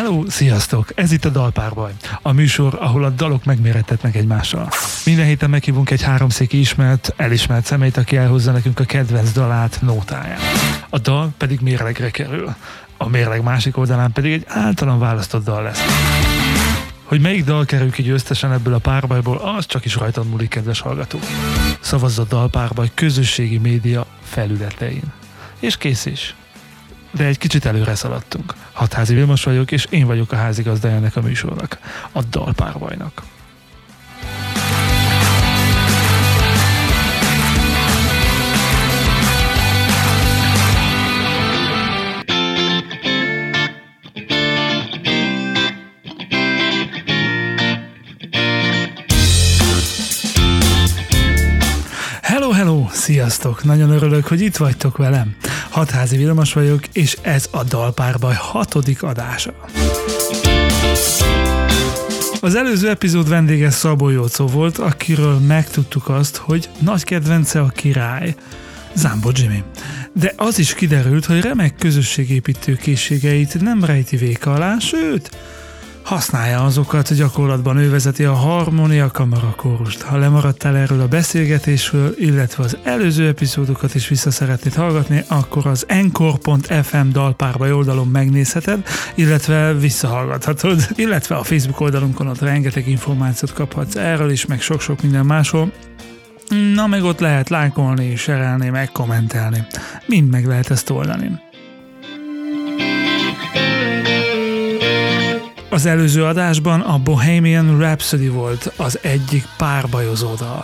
Hello, sziasztok! Ez itt a Dalpárbaj, a műsor, ahol a dalok megmérettetnek egymással. Minden héten meghívunk egy háromszéki elismert személyt, aki elhozza nekünk a kedvenc dalát, nótáját. A dal pedig mérlegre kerül. A mérleg másik oldalán pedig egy általam választott dal lesz. Hogy melyik dal kerül ki győztesen ebből a párbajból, az csak is rajtad múlik, kedves hallgató. Szavazz a Dalpárbaj közösségi média felületein. És kész is. De egy kicsit előre szaladtunk. Hatházi Vilmos vagyok, és én vagyok a házigazdája ennek a műsornak, a Dalpárbajnak. Hello, sziasztok! Nagyon örülök, hogy itt vagytok velem. Hatházi Vilmos vagyok, és ez a Dalpárbaj 6. adása. Az előző epizód vendége Szabó Jócó volt, akiről megtudtuk azt, hogy nagy kedvence a király, Zámbó Jimmy. De az is kiderült, hogy remek közösségépítő készségeit nem rejti véka alá, sőt, használja azokat, gyakorlatban ő vezeti a Harmónia Kamarakórust. Ha lemaradtál erről a beszélgetésről, illetve az előző epizódokat is vissza szeretnéd hallgatni, akkor az encore.fm Dalpárbaj oldalon megnézheted, illetve visszahallgathatod, illetve a Facebook oldalunkon ott rengeteg információt kaphatsz erről is, meg sok-sok minden másról. Na, meg ott lehet lájkolni, serelni, meg kommentelni. Mind meg lehet ezt oldani. Az előző adásban a Bohemian Rhapsody volt az egyik párbajozó dal.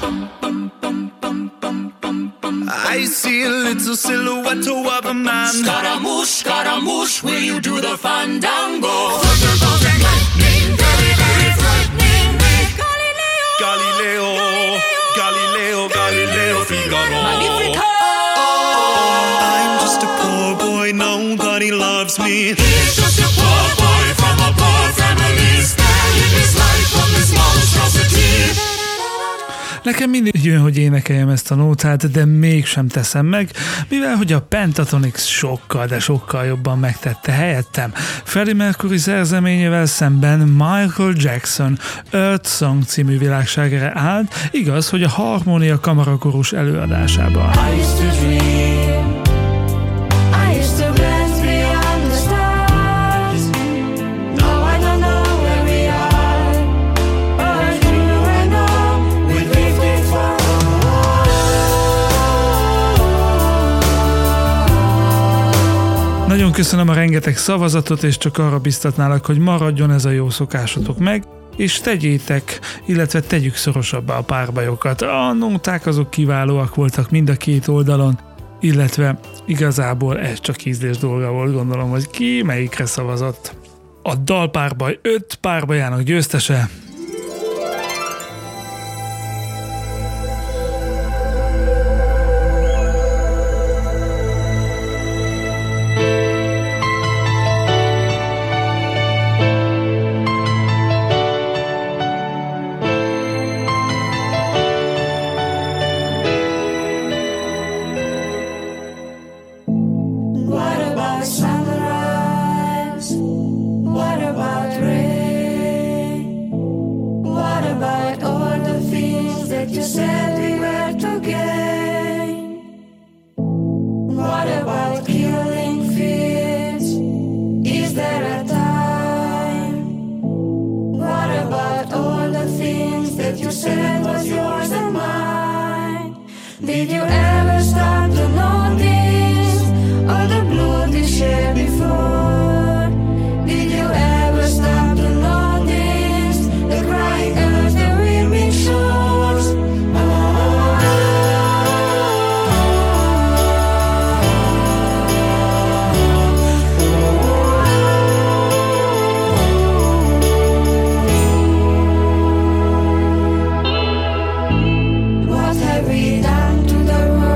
I see a little silhouette of a man. Scaramouche, will you do the fandango? Thunderbolt and lightning, very, very frightening me. Galileo, Figaro. Magnifico! I'm just a poor boy, nobody loves me. He's just a poor boy from a poor family, sparing his life from this monstrosity. Nekem mindig jön, hogy énekeljem ezt a nótát, de mégsem teszem meg, mivel hogy a Pentatonix sokkal, de sokkal jobban megtette helyettem. Freddie Mercury szerzeményével szemben Michael Jackson Earth Song című világslágere állt, igaz, hogy a Harmónia Kamarakórus előadásában. Nagyon köszönöm a rengeteg szavazatot, és csak arra biztatnálak, hogy maradjon ez a jó szokásotok meg, és tegyétek, illetve tegyük szorosabbá a párbajokat. A nóták azok kiválóak voltak mind a két oldalon, illetve igazából ez csak ízlés dolga volt, gondolom, hogy ki melyikre szavazott. A Dalpárbaj 5 párbajának győztese What have we done to the world?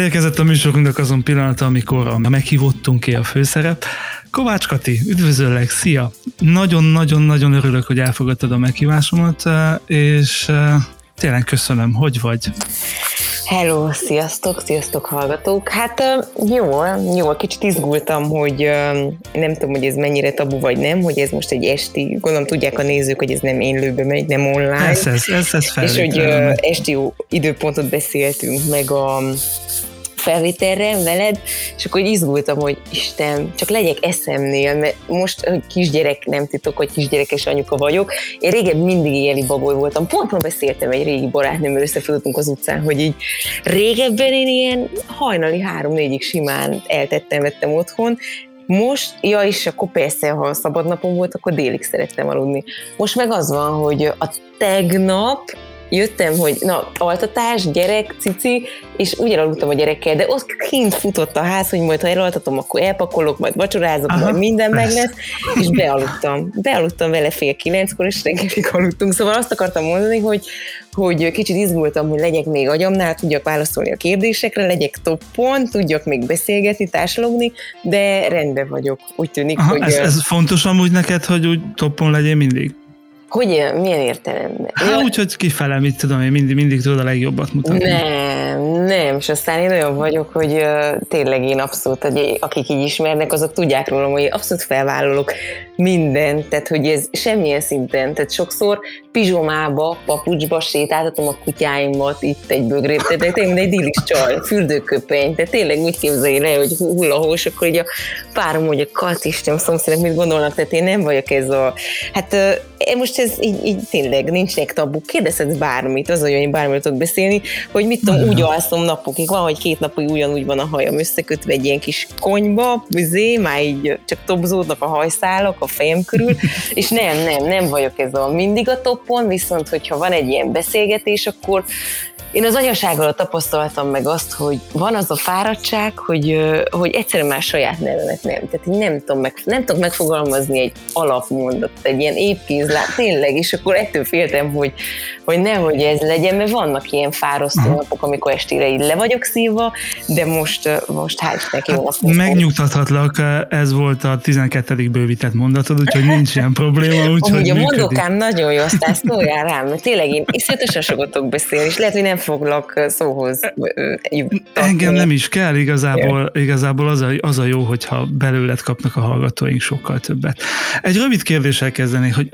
Elérkezett a műsorunknak azon pillanata, amikor a meghívottunké a főszerep. Kovács Kati, üdvözöllek, szia! Nagyon-nagyon-nagyon örülök, hogy elfogadtad a meghívásomat, és tényleg köszönöm, hogy vagy? Hello, sziasztok hallgatók. Hát jó, kicsit izgultam, hogy nem tudom, hogy ez mennyire tabu vagy nem, hogy ez most egy esti, gondolom tudják a nézők, hogy ez nem élőbe megy, nem online. Ez és hogy esti időpontot beszéltünk meg a felvételre veled, és akkor izgultam, hogy Isten, csak legyek eszemnél, mert most kisgyerek, nem titok, hogy kisgyerekes anyuka vagyok. Én régen mindig éjjeli bagoly voltam. Pont beszéltem egy régi barátnőmmel, összefutottunk az utcán, hogy így régebben én ilyen hajnali 3-4-ig simán vettem otthon. Most, és akkor persze, ha szabad napom volt, akkor délig szerettem aludni. Most meg az van, hogy a tegnap jöttem, hogy altatás, gyerek, cici, és úgy elaludtam a gyerekkel, de ott kint futott a ház, hogy majd ha elaltatom, akkor elpakolok, majd vacsorázok, majd minden meg lesz, és bealudtam vele 8:30-kor, és reggelig aludtunk, szóval azt akartam mondani, hogy kicsit izgultam, hogy legyek még agyamnál, tudjak válaszolni a kérdésekre, legyek toppon, tudjak még beszélgetni, társalogni, de rendben vagyok, úgy tűnik, hogy... Ez fontos amúgy neked, hogy úgy toppon legyél mindig? Hogy milyen értelemben? Úgyhogy kifele, mit tudom én, mindig tudod a legjobbat mutatni. Nem, és aztán én olyan vagyok, hogy tényleg én abszolút, hogy akik így ismernek, azok tudják rólam, hogy abszolút felvállalok mindent, tehát hogy ez semmilyen szinten, tehát sokszor pizsomába, papucsba sétáltatom a kutyáimat itt egy bögrét, tehát tényleg egy dillis csaj, fürdőköpeny, tehát tényleg úgy képzelj le, hogy hullahós, akkor így a párom, hogy a Katisten szomszédek mit gondolnak, tehát én nem vagyok ez a... Hát most ez így tényleg nincsenek tabuk, kérdezhetsz bármit, az olyan, hogy bármit tudok beszélni, hogy mit tudom, úgy alszom napokig, van, hogy 2 napig ugyanúgy van a hajam összekötve egy ilyen kis konyba, már így csak topzódnak a hajszálak a fejem körül, és nem vagyok ez a mindig a toppon, viszont hogyha van egy ilyen beszélgetés, akkor én az anyasággal tapasztaltam meg azt, hogy van az a fáradtság, hogy egyszerűen már saját nevemet nem. Tehát így nem tudom megfogalmazni egy alapmondatot, egy ilyen épkézlát, tényleg, és akkor ettől féltem, hogy nehogy ez legyen, mert vannak ilyen fárasztó napok, amikor estére így le vagyok szívva, de most hál' neki jó napot. Megnyugtathatlak, ez volt a 12. bővített mondatod, úgyhogy nincs ilyen probléma, úgyhogy a mondókám nagyon jó, aztán szóljál rám, mert tényleg én iszonyatosan sokat tudok beszélni, és lehet, hogy nem foglak szóhoz. Engem nem is kell, igazából az a jó, hogyha belőled kapnak a hallgatóink sokkal többet. Egy rövid kérdéssel kezdenék, hogy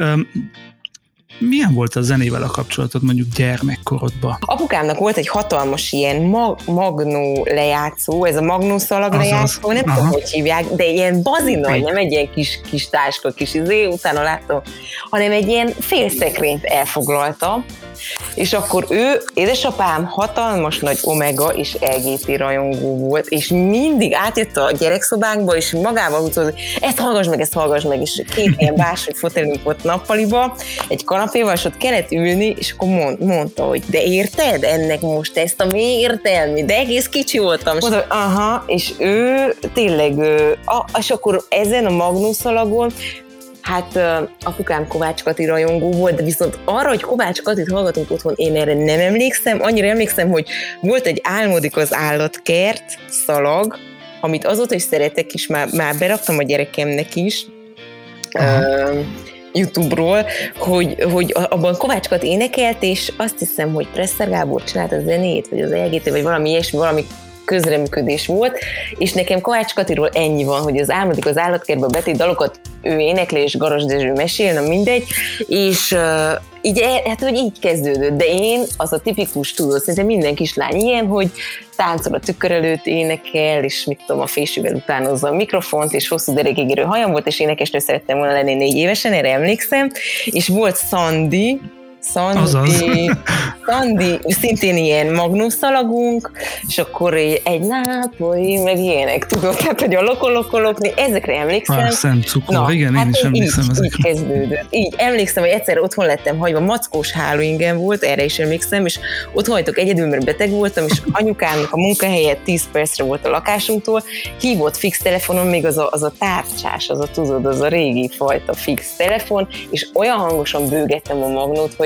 milyen volt a zenével a kapcsolatod mondjuk gyermekkorodban? Apukámnak volt egy hatalmas ilyen magnó lejátszó, ez a magnószalag lejátszó, nem tudom, hogy hívják, de ilyen bazinagy, nem egy ilyen kis táska, kis utána láttam, hanem egy ilyen félszekrényt elfoglalta, és akkor édesapám hatalmas nagy Omega és LGT rajongó volt, és mindig átjött a gyerekszobánkba, és magával húzott, hogy ezt hallgass meg, és 2 ilyen bársony fotelünk volt nappaliba, egy kanapéval, és ott kellett ülni, és akkor mondta, hogy de érted ennek most ezt a mély értelmi, de egész kicsi voltam. És mondta, és ő tényleg, és akkor ezen a magnószalagon, hát apukám Kovács Kati rajongó volt, de viszont arra, hogy Kovács Katit hallgatunk otthon, én erre nem emlékszem. Annyira emlékszem, hogy volt egy Álmodik az állatkert szalag, amit azóta is szeretek, és már beraktam a gyerekemnek is YouTube-ról, hogy abban Kovács Kati énekelt, és azt hiszem, hogy Presser Gábor csinált a zenét, vagy az LGT, vagy valami ilyesmi, valami közreműködés volt, és nekem Kovács Katiról ennyi van, hogy az Álmodik az állatkertben betét dalokat ő énekli, és Garas Dezső mesél, na mindegy, és hogy így kezdődött, de én az a tipikus, tudod, szerintem minden kislány ilyen, hogy táncol a tükör előtt, énekel, és mit tudom, a fésűvel utánozza a mikrofont, és hosszú derekigérő hajam volt, és énekesnő szerettem volna lenni 4 évesen, erre emlékszem, és volt Szandi, szintén ilyen magnószalagunk, és akkor egy nápolyi, meg ilyenek, tudod, tehát, hogy a lokolokni, ezekre emlékszem. Szent cukor, igen, én is emlékszem ezekre. Így kezdődött. Így emlékszem, hogy egyszer otthon lettem hagyva, mackós hálóingem volt, erre is emlékszem, és otthon hagytok egyedül, mert beteg voltam, és anyukámnak a munkahelye 10 percre volt a lakásunktól, hívott fix telefonon, még az a tárcsás, tudod, az a régi fajta fix telefon, és olyan hangosan bőgettem a magnót, hogy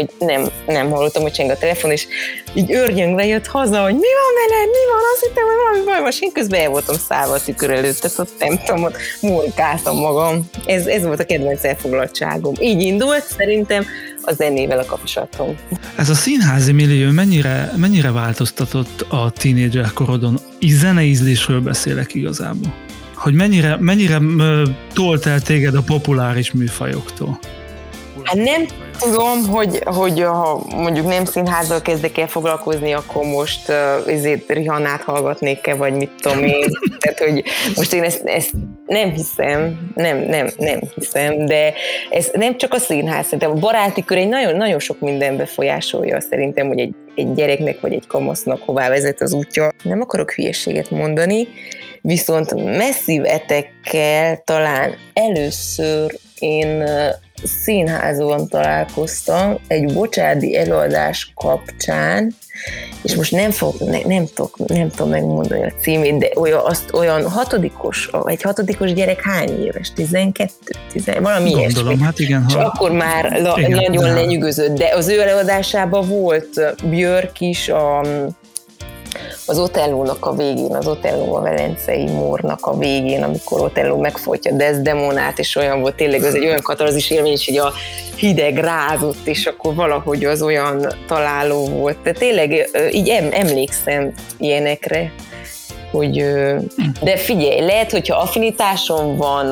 hogy nem hallottam, hogy cseng a telefon, és így őrjöngve jött haza, hogy mi van veled, mi van, azt hittem, hogy valami baj, most én közben el voltam szállva a tükör előtt, tehát ott nem tudom, ott murkáltam magam. Ez volt a kedvenc elfoglaltságom. Így indult szerintem a zenével a kapcsolatom. Ez a színházi millió mennyire változtatott a tínédzser korodon? Zeneízlésről beszélek igazából. Hogy mennyire tolt el téged a populáris műfajoktól? Hát nem tudom, hogy ha mondjuk nem színházzal kezdek el foglalkozni, akkor most ezért Rihannát hallgatnék-e, vagy mit tudom én. Tehát, hogy most én ezt nem hiszem, nem hiszem, de ez nem csak a színház, szerintem a baráti kör egy nagyon sok minden befolyásolja szerintem, hogy egy gyereknek vagy egy kamasznak hová vezet az útja. Nem akarok hülyeséget mondani, viszont Massive Attack-kel talán először én színházban találkoztam egy bocsádi előadás kapcsán, és most nem tudom megmondani a címét, de olyan egy hatodikos gyerek hány éves? 12? Valami Gondolom, ilyesmi. hát igen. És akkor már nagyon lenyűgözött, de az ő előadásában volt Björk is az Otellónak a végén, az Otelló a velencei mórnak a végén, amikor Otelló megfojtja Desdemonát, és olyan volt tényleg, az egy olyan katarzis élmény is, hogy a hideg rázott, és akkor valahogy az olyan találó volt. De tényleg így emlékszem ilyenekre, hogy de figyelj, lehet, hogyha affinitásom van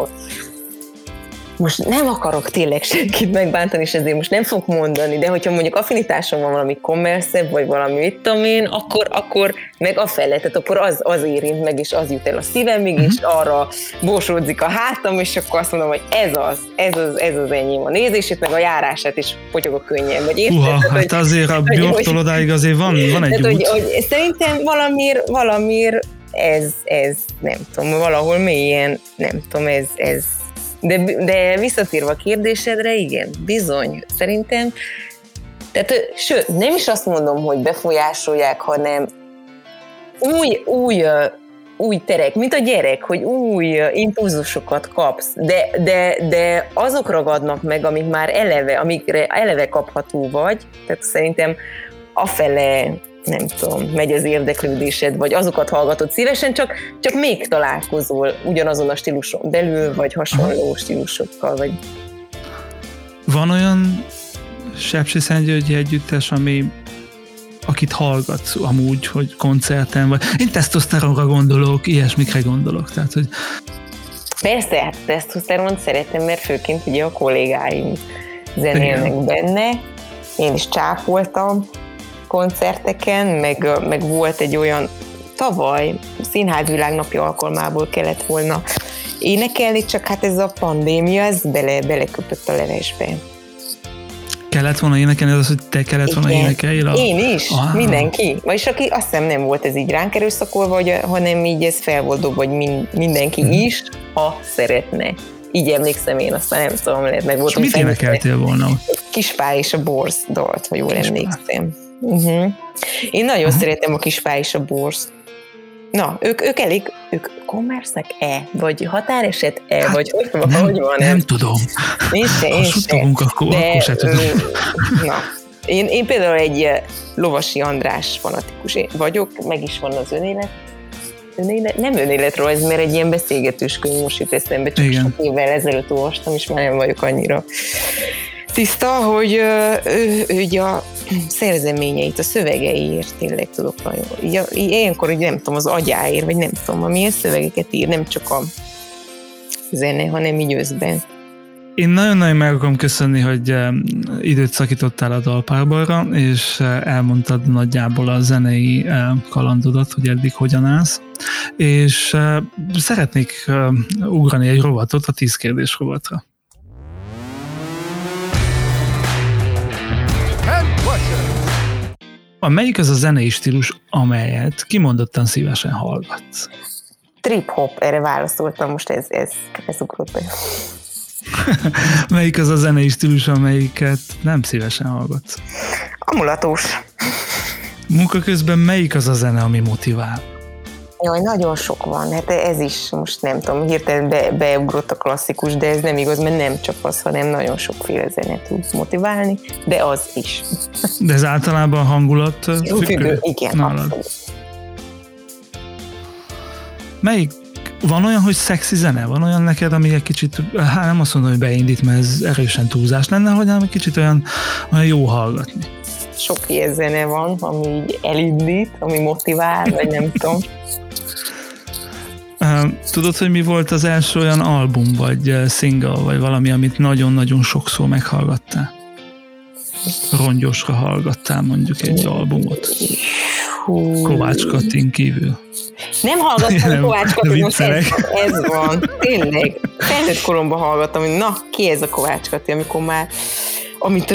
most nem akarok tényleg senkit megbántani, és ezért most nem fogok mondani, de hogyha mondjuk affinitásom van valami kommerszebb, vagy valami mit tudom én, akkor meg afele, tehát akkor az érint meg, és az jut el a szívemig, és arra borsódzik a hátam, és akkor azt mondom, hogy ez az enyém a nézését, meg a járását is potyogok könnyen. Hát azért a Björktől odáig azért van egy tehát, út. hogy szerintem valamiért ez nem tudom, valahol mélyen, nem tudom, ez de visszatérve a kérdésedre, igen, bizony, szerintem, tehát, sőt, nem is azt mondom, hogy befolyásolják, hanem új terek, mint a gyerek, hogy új impulzusokat kapsz, de azok ragadnak meg, amikre eleve kapható vagy, tehát szerintem afele, nem tudom, megy az érdeklődésed, vagy azokat hallgatod szívesen, csak még találkozol ugyanazon a stíluson belül, vagy hasonló stílusokkal, vagy... Van olyan Sepsiszentgyörgyi együttes, akit hallgatsz amúgy, hogy koncerten, vagy én Tesztoszteronra gondolok, ilyesmikre gondolok, tehát, hogy... Persze, hát Tesztoszteront szeretem, mert főként ugye a kollégáim zenélnek benne, én is csápoltam koncerteken, meg volt egy olyan tavaly Színház Világnapja alkalmából kellett volna énekelni, csak hát ez a pandémia, ez beleköpött a levesbe. Kellett volna énekelni, az, hogy te kellett volna énekelni? Én is, mindenki. Vagyis aki azt hiszem nem volt ez így ránk erőszakolva, hanem így ez fel volt dobva, hogy mindenki is, ha szeretne. Így emlékszem én, aztán nem tudom, lehet meg voltam. És mit énekeltél volna? Kispál és a borz dalt, ha jól emlékszem. Én nagyon szeretem a Kispál és a borz. Na, ők kommerszek-e? Vagy határeset-e? Hát vagy hogy van? Nem tudom. Ha suttogunk, akkor se tudom. Na, én például egy Lovasi András fanatikus vagyok, meg is van az önélet. Nem önéletrajz, mert egy ilyen beszélgetős könyv most jut eszembe, csak sok évvel ezelőtt olvastam, és már nem vagyok annyira tiszta, hogy ő a szerzeményeit, a szövegeiért tényleg tudok nagyon. Ilyenkor, hogy nem tudom, az agyáért, vagy nem tudom, amilyen szövegeket ír, nem csak a zene, hanem így összben. Én nagyon-nagyon meg akarom köszönni, hogy időt szakítottál a dalpárbalra, és elmondtad nagyjából a zenei kalandodat, hogy eddig hogyan állsz. És szeretnék ugrani egy rovatot, a 10 kérdés rovatra. Melyik az a zenei stílus, amelyet kimondottan szívesen hallgatsz? Trip-hop, erre válaszoltam, most ez ugrott be. Melyik az a zenei stílus, amelyiket nem szívesen hallgatsz? A mulatos. Munka közben melyik az a zene, ami motivál? Jaj, nagyon sok van. Hát ez is, most nem tudom, hirtelen beugrott a klasszikus, de ez nem igaz, mert nem csak az, hanem nagyon sokféle zene tud motiválni, de az is. De ez általában hangulat függő? Igen, abszolút. Melyik? Van olyan, hogy szexi zene? Van olyan neked, ami egy kicsit, nem azt mondom, hogy beindít, mert ez erősen túlzás lenne, hanem egy kicsit olyan jó hallgatni. Sok ilyen zene van, ami így elindít, ami motivál, vagy nem tudom. Tudod, hogy mi volt az első olyan album, vagy single, vagy valami, amit nagyon-nagyon sokszor meghallgattál? Rongyosra hallgattál mondjuk egy albumot. Kovács Katin kívül. Nem hallgattam Kovács Katin, most ez van. Tényleg. Felnőtt koromban hallgattam, hogy na, ki ez a Kovács Kati, amikor már amit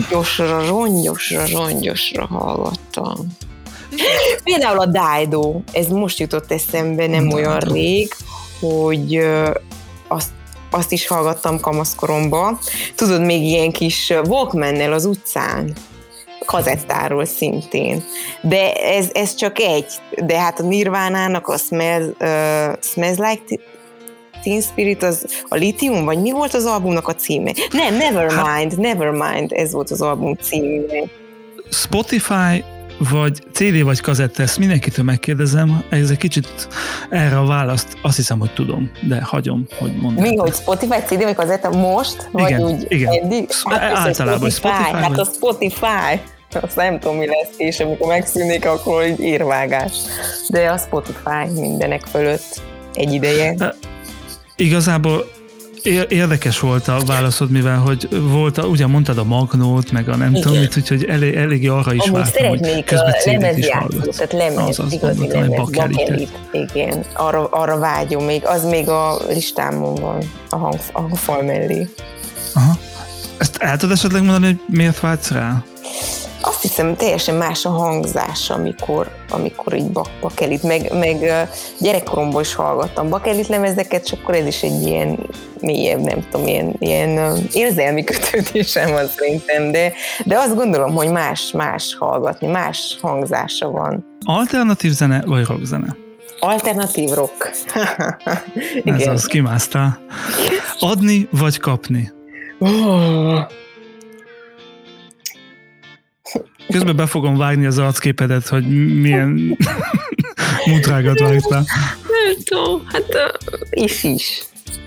rongyosra hallgattam. Például a Dido, ez most jutott eszembe nem olyan rég, hogy azt is hallgattam kamaszkoromban. Tudod, még ilyen kis Walkmannel az utcán, kazettáról szintén. De ez csak egy. De hát a Nirvánának a Smells Like Teen Spirit, az a Lithium, vagy mi volt az albumnak a címe? Nem, Nevermind, ez volt az album címe. Spotify vagy CD vagy kazetta, ezt mindenkitől megkérdezem, ez egy kicsit erre a választ azt hiszem, hogy tudom, de hagyom, hogy mondom. Mi, hogy Spotify, CD vagy kazetta most? Vagy igen, úgy igen. eddig? Hát általában Spotify. Hát a Spotify, azt nem tudom, mi lesz, és amikor megszűnik, akkor így írvágás. De a Spotify mindenek fölött egy ideje. Igazából érdekes volt a válaszod, mivel hogy volt, ugye mondtad a Magnót, meg a nem tudom mit, úgyhogy eléggé arra is amúgy vártam, hogy közben CD-t is hallgatsz. Tehát lemez, igazi lemez, bakelit, igen, arra vágyom még, az még a listámon van, a hangfal mellé. Aha. Ezt el tudod esetleg mondani, hogy miért vágysz rá? Azt hiszem, teljesen más a hangzás, amikor így bakelit, meg gyerekkoromból is hallgattam bakelit lemezeket, és akkor ez is egy ilyen mélyebb, nem tudom, ilyen érzelmi kötődésem van szerintem, de azt gondolom, hogy más hallgatni, más hangzása van. Alternatív zene vagy rockzene? Alternatív rock. Ez az, kimásztál. Adni vagy kapni? Közben be fogom vágni az arcképedet, hogy milyen mutrágat vágtál. Nem tudom, hát is.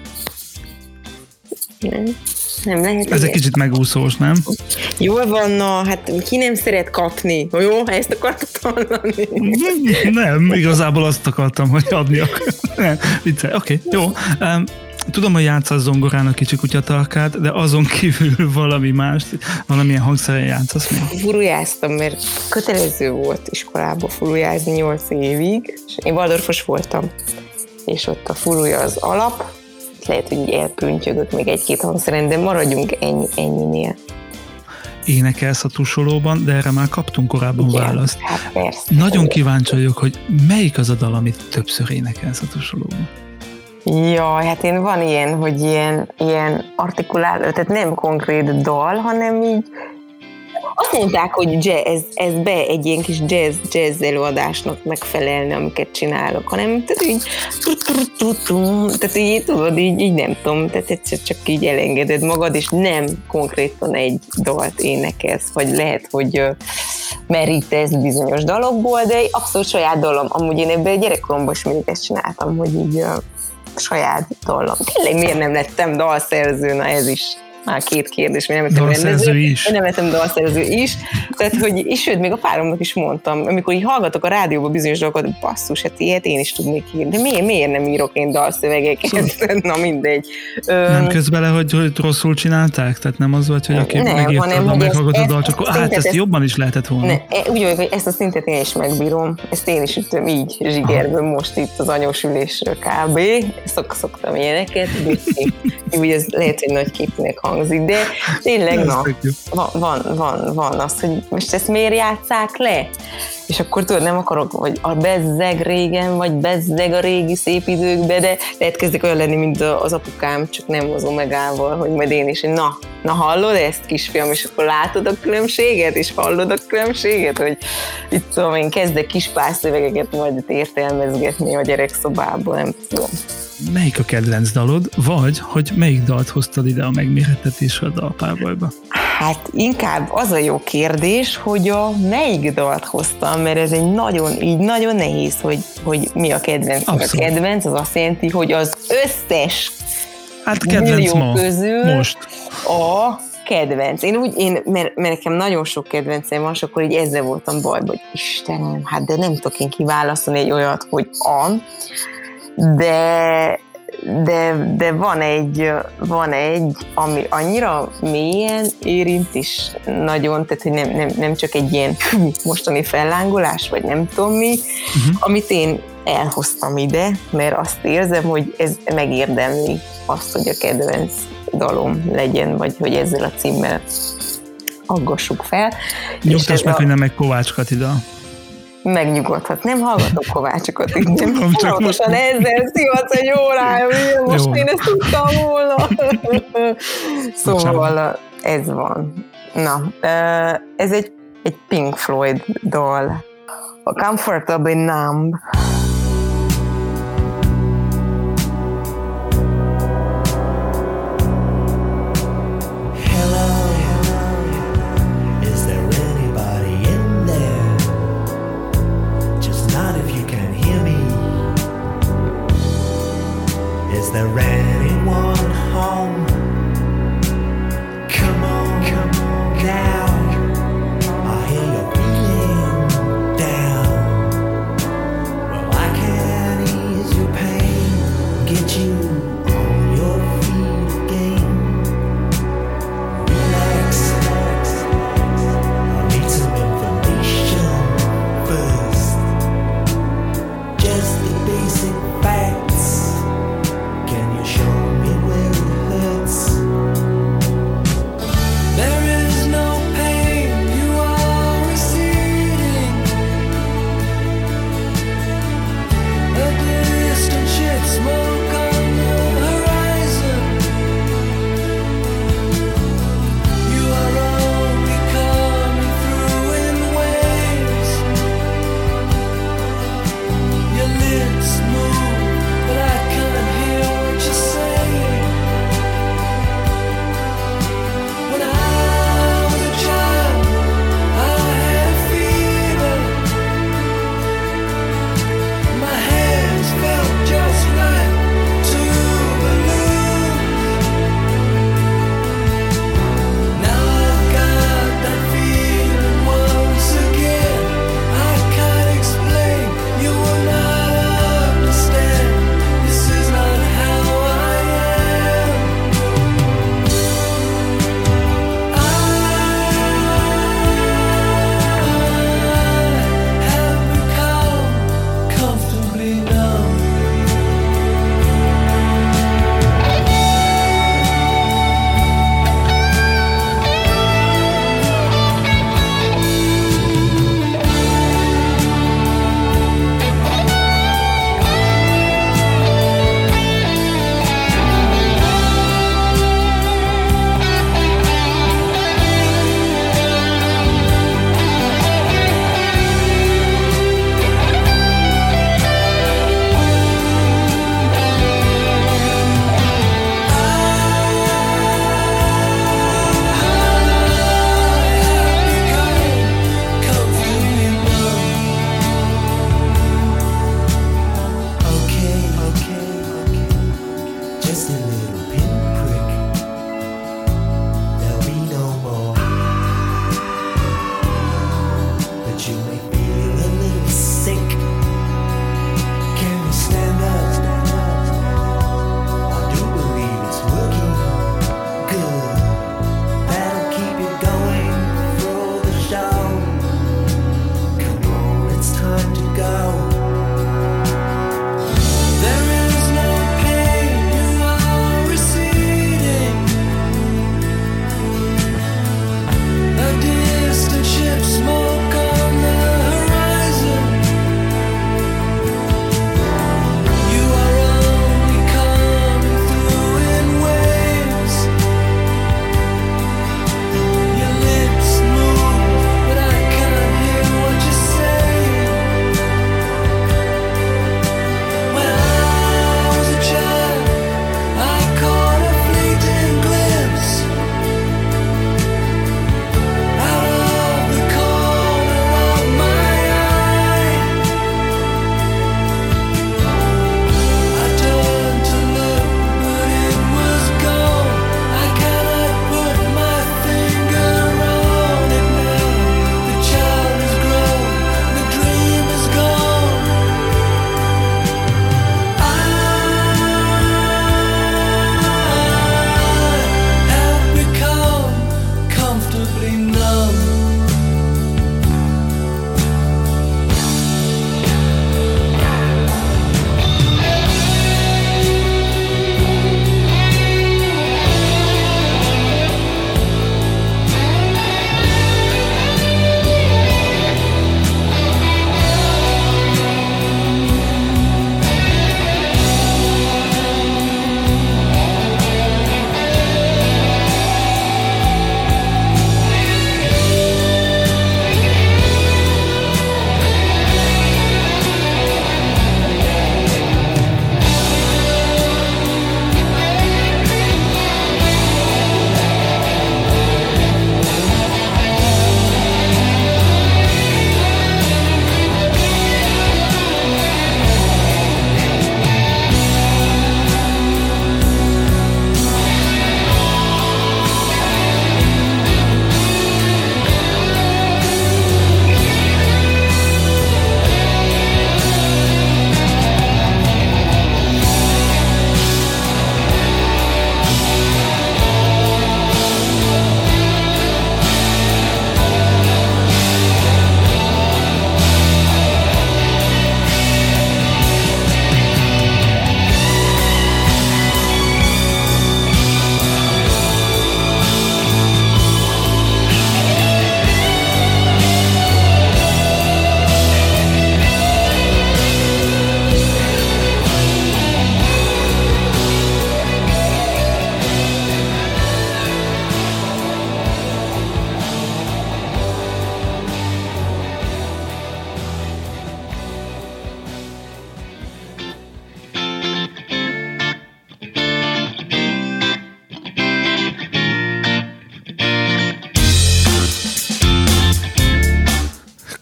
Nem lehet. Ez egy kicsit megúszós, nem? Jól van, na, hát ki nem szeret kapni? Jó, ezt akartad hallani? Nem, igazából azt akartam, hogy adni akar. Viccelj, oké, jó. Tudom, hogy játszasz zongorán a kicsi kutyatarkát, de azon kívül valami más, valamilyen hangszeren játszasz még? Furujáztam, mert kötelező volt iskolába furujázni 8 évig, és én Waldorfos voltam, és ott a furuja az alap, lehet, hogy így elpüntyögök még egy-két hangszeren, de maradjunk ennyinél. Énekelsz a tusolóban, de erre már kaptunk korábban választ. Hát persze. Nagyon kíváncsi vagyok, hogy melyik az a dal, amit többször énekelsz a tusolóban? Jaj, hát én van ilyen, hogy ilyen artikuláló, tehát nem konkrét dal, hanem így azt mondták, hogy ez be egy ilyen kis jazz előadásnak megfelelne, amiket csinálok, hanem tehát így tehát így tudod, így nem tudom, tehát egyszer csak így elengeded magad, és nem konkrétan egy dalt énekelsz, vagy lehet, hogy merítesz bizonyos dalokból, de abszolút saját dalom. Amúgy én ebben gyerekkoromban is mindig ezt csináltam, hogy így saját dallam. Tényleg miért nem lettem dalszerző? Na ez is már 2 kérdés, mert nem lettem dalszerző is. Nem lettem dalszerző is. Tehát, hogy és sőt, még a páromnak is mondtam, amikor így hallgatok a rádióban bizonyos dolgokat, basszus, hát ilyet én is tudnék írni. De miért nem írok én dalszövegeket? Na mindegy. Nem köz bele, hogy rosszul csinálták? Tehát nem az volt, hogy aki megírtad, ha meghallgatod a dal, csak ezt jobban is lehetett volna. Úgy vagyok, hogy ezt a szintet én is megbírom. Ezt én is ütöm így zsigerből most itt az anyós kb. Szoktam ilyeneket. Úgy ez lehet, hogy nagy képűnek hangzik. hangzik, de tényleg van az, hogy most ezt miért játsszák le? És akkor tudod, nem akarok, hogy a bezzeg régen, vagy bezzeg a régi szép időkbe, de lehet kezdek olyan lenni, mint az apukám, csak nem mozom megállva, hogy majd én is, hogy na hallod ezt, kisfiam, és akkor látod a különbséget, és hallod a különbséget, hogy itt tudom, én kezdek kis párszövegeket majd értelmezgetni a gyerekszobában, nem tudom. Melyik a kedvenc dalod, vagy hogy melyik dalt hoztad ide a megmérettetésre a Dalpárbajba? Hát inkább az a jó kérdés, hogy melyik dalt hoztam, mert ez egy nagyon nehéz, hogy mi a kedvenc. Abszolút. A kedvenc az azt jelenti, hogy az összes millió közül most a kedvenc. Mert nekem nagyon sok kedvencem van, és akkor így ezzel voltam bajban, hogy Istenem, hát de nem tudok én kiválasztani egy olyat, hogy de van egy, ami annyira mélyen érint is nagyon, tehát hogy nem csak egy ilyen mostani fellángolás, vagy nem tudom mi, amit én elhoztam ide, mert azt érzem, hogy ez megérdemli azt, hogy a kedvenc dalom legyen, vagy hogy ezzel a címmel aggassuk fel. Nyugtass meg, hogy nem egy Kovács Katida. Megnyugodhat. Nem hallgatok Kovácsokat, így nem folyamatosan ezzel szivatsz egy órája, most én ezt tudtam volna. Szóval ez van. Na, ez egy Pink Floyd dal. A Comfortably Numb. Is there anyone home? Come on now. I hear you're feeling down. Well, I can ease your pain, get you on your feet again. Relax. I need some information first. Just the basic facts. Can you show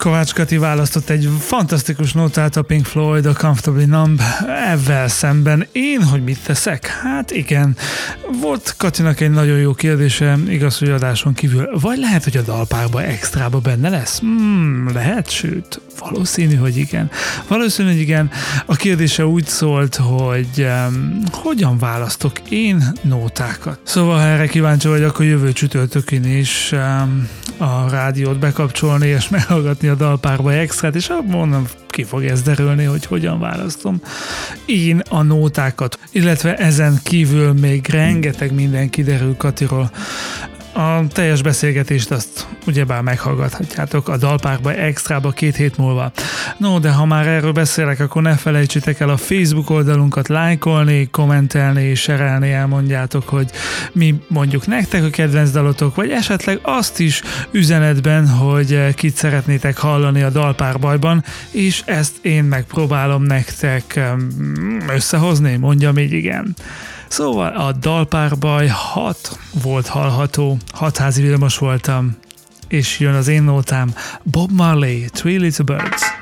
Kovács Kati választott egy fantasztikus nótát, a Pink Floyd, a Comfortably Numb, ezzel szemben én, hogy mit teszek? Hát igen, volt Katinak egy nagyon jó kérdése, igaz, hogy adáson kívül, vagy lehet, hogy a dalpárba extrába benne lesz? Lehet, sőt, valószínű, hogy igen. Valószínű, hogy igen. A kérdése úgy szólt, hogy hogyan választok én nótákat. Szóval, ha erre kíváncsi vagy, akkor jövő csütörtökön is a rádiót bekapcsolni és meghallgatni a dalpárba extrát, és onnan ki fog ez derülni, hogy hogyan választom én a nótákat. Illetve ezen kívül még rengeteg minden kiderül Katiról. A teljes beszélgetést azt ugyebár meghallgathatjátok a dalpárba extrába 2 hét múlva. No, de ha már erről beszélek, akkor ne felejtsétek el a Facebook oldalunkat lájkolni, kommentelni és serelni, elmondjátok, hogy mi mondjuk nektek a kedvenc dalotok, vagy esetleg azt is üzenetben, hogy kit szeretnétek hallani a dalpárbajban, és ezt én megpróbálom nektek összehozni, mondjam így igen. Szóval a dalpárbaj 6 volt hallható, 6 házi villamos voltam, és jön az én nótám, Bob Marley, Three Little Birds.